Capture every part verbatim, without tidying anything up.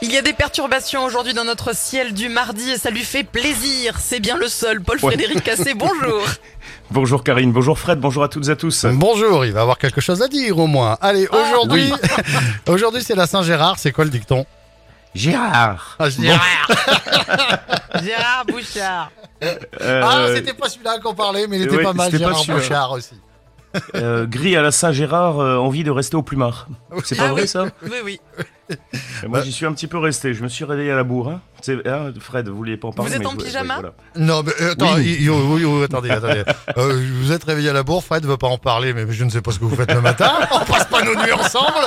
Il y a des perturbations aujourd'hui dans notre ciel du mardi et ça lui fait plaisir. C'est bien le seul. Paul-Frédéric ouais. Cassé, bonjour. Bonjour Karine, bonjour Fred, bonjour à toutes et à tous. Bonjour, il va avoir quelque chose à dire au moins. Allez, Ah, aujourd'hui, oui. aujourd'hui c'est la Saint-Gérard, c'est quoi le dicton? Gérard. Ah, Gérard. Gérard Bouchard. Euh, Ah, c'était pas celui-là qu'on parlait, mais il était ouais, pas mal, c'était pas Gérard celui-là. Bouchard aussi. euh, Gris à la Saint-Gérard, euh, envie de rester au plumard. C'est pas Ah vrai oui. ça? Oui, oui. Et moi j'y suis un petit peu resté, je me suis réveillé à la bourre. Hein. C'est- hein, Fred, vous vouliez pas en parler Vous êtes mais en je- pyjama ouais, voilà. Non, mais euh, attends, Oui. il- il- oui, oui, attendez, attendez. Euh, vous êtes réveillé à la bourre, Fred veut pas en parler, mais je ne sais pas ce que vous faites le matin. On passe pas nos nuits ensemble.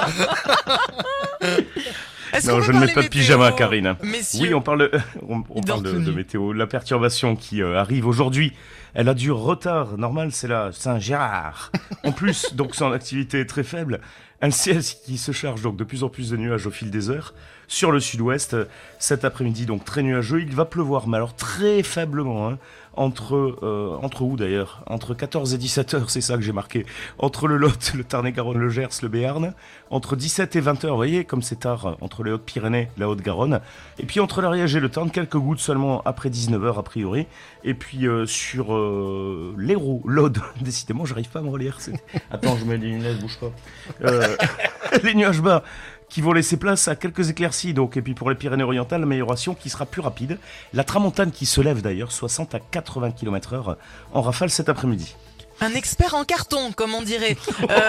Est-ce Non, qu'on je peut ne mets parler pas de météo, pyjama, Karine. Messieurs. Oui, on parle, de, on, on Il parle dort de, tout de nu. météo. La perturbation qui euh, arrive aujourd'hui, elle a du retard. Normal, c'est la Saint-Gérard. En plus, donc son activité est très faible. Un ciel qui se charge donc de plus en plus de nuages au fil des heures. Sur le sud-ouest, cet après-midi, donc très nuageux. Il va pleuvoir, mais alors très faiblement. Hein, entre, euh, entre où d'ailleurs? Entre quatorze et dix-sept heures, c'est ça que j'ai marqué. Entre le Lot, le Tarn-et-Garonne, le Gers, le Béarn. Entre dix-sept et vingt heures, vous voyez, comme c'est tard, entre les Hautes-Pyrénées et la Haute-Garonne. Et puis entre l'Ariège et le Tarn, quelques gouttes seulement après dix-neuf heures a priori. Et puis euh, sur euh, l'Hérault, l'Aude, décidément, j'arrive pas à me relire. C'est... Attends, je mets les lunettes, bouge pas. Euh, les nuages bas qui vont laisser place à quelques éclaircies. Donc, et puis pour les Pyrénées-Orientales, l'amélioration qui sera plus rapide. La tramontane qui se lève d'ailleurs, soixante à quatre-vingts kilomètres heure en rafale cet après-midi. Un expert en carton, comme on dirait. Euh...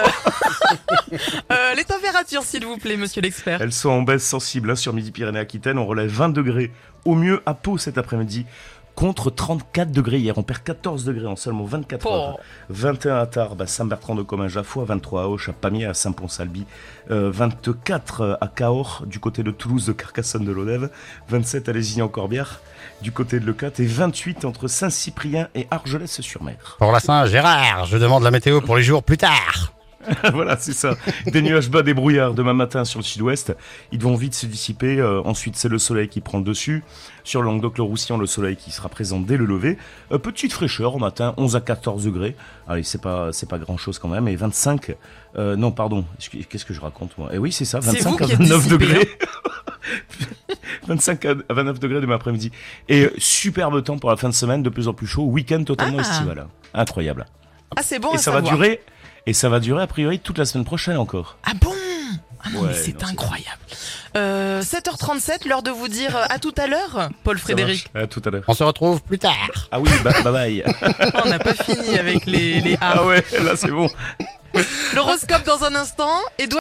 euh, les températures, s'il vous plaît, monsieur l'expert. Elles sont en baisse sensible hein, sur Midi-Pyrénées-Aquitaine. On relève vingt degrés au mieux à Pau cet après-midi. Contre trente-quatre degrés hier, on perd quatorze degrés en seulement vingt-quatre heures. Oh. vingt et un à Tarbes, à Saint-Bertrand-de-Comminges-à-Foix, vingt-trois à Auch, à Pamiers, à Saint-Pons-Albi, euh, vingt-quatre à Cahors, du côté de Toulouse, de Carcassonne, de Lodève, vingt-sept à Lézignan-Corbière, du côté de Leucate, et vingt-huit entre Saint-Cyprien et Argelès-sur-Mer. Pour la Saint-Gérard, je demande la météo pour les jours plus tard. Voilà, c'est ça. Des nuages bas, des brouillards demain matin sur le sud-ouest. Ils vont vite se dissiper. Euh, ensuite, c'est le soleil qui prend le dessus. Sur le Languedoc-le-Roussillon, le soleil qui sera présent dès le lever. Euh, petite fraîcheur au matin, onze à quatorze degrés. Allez, c'est pas, c'est pas grand-chose quand même. Et vingt-cinq... Euh, non, pardon. Qu'est-ce que je raconte, moi? Eh oui, c'est ça, C'est vous vingt-cinq à qui êtes vingt-neuf dissipé, degrés. vingt-cinq à vingt-neuf degrés demain après-midi. Et euh, superbe temps pour la fin de semaine, de plus en plus chaud. Week-end totalement Ah. estival. hein. Incroyable. Ah, c'est bon Et à ça va savoir. durer... Et ça va durer a priori toute la semaine prochaine encore. Ah bon? Ah non, Ouais, mais c'est non, c'est- incroyable. Euh, sept heures trente-sept, l'heure de vous dire euh, à tout à l'heure, Paul-Frédéric. Ça marche. À tout à l'heure. On se retrouve plus tard. Ah oui, bah, bye bye. On n'a pas fini avec les, les A. Ah ouais, là c'est bon. L'horoscope dans un instant. Edouard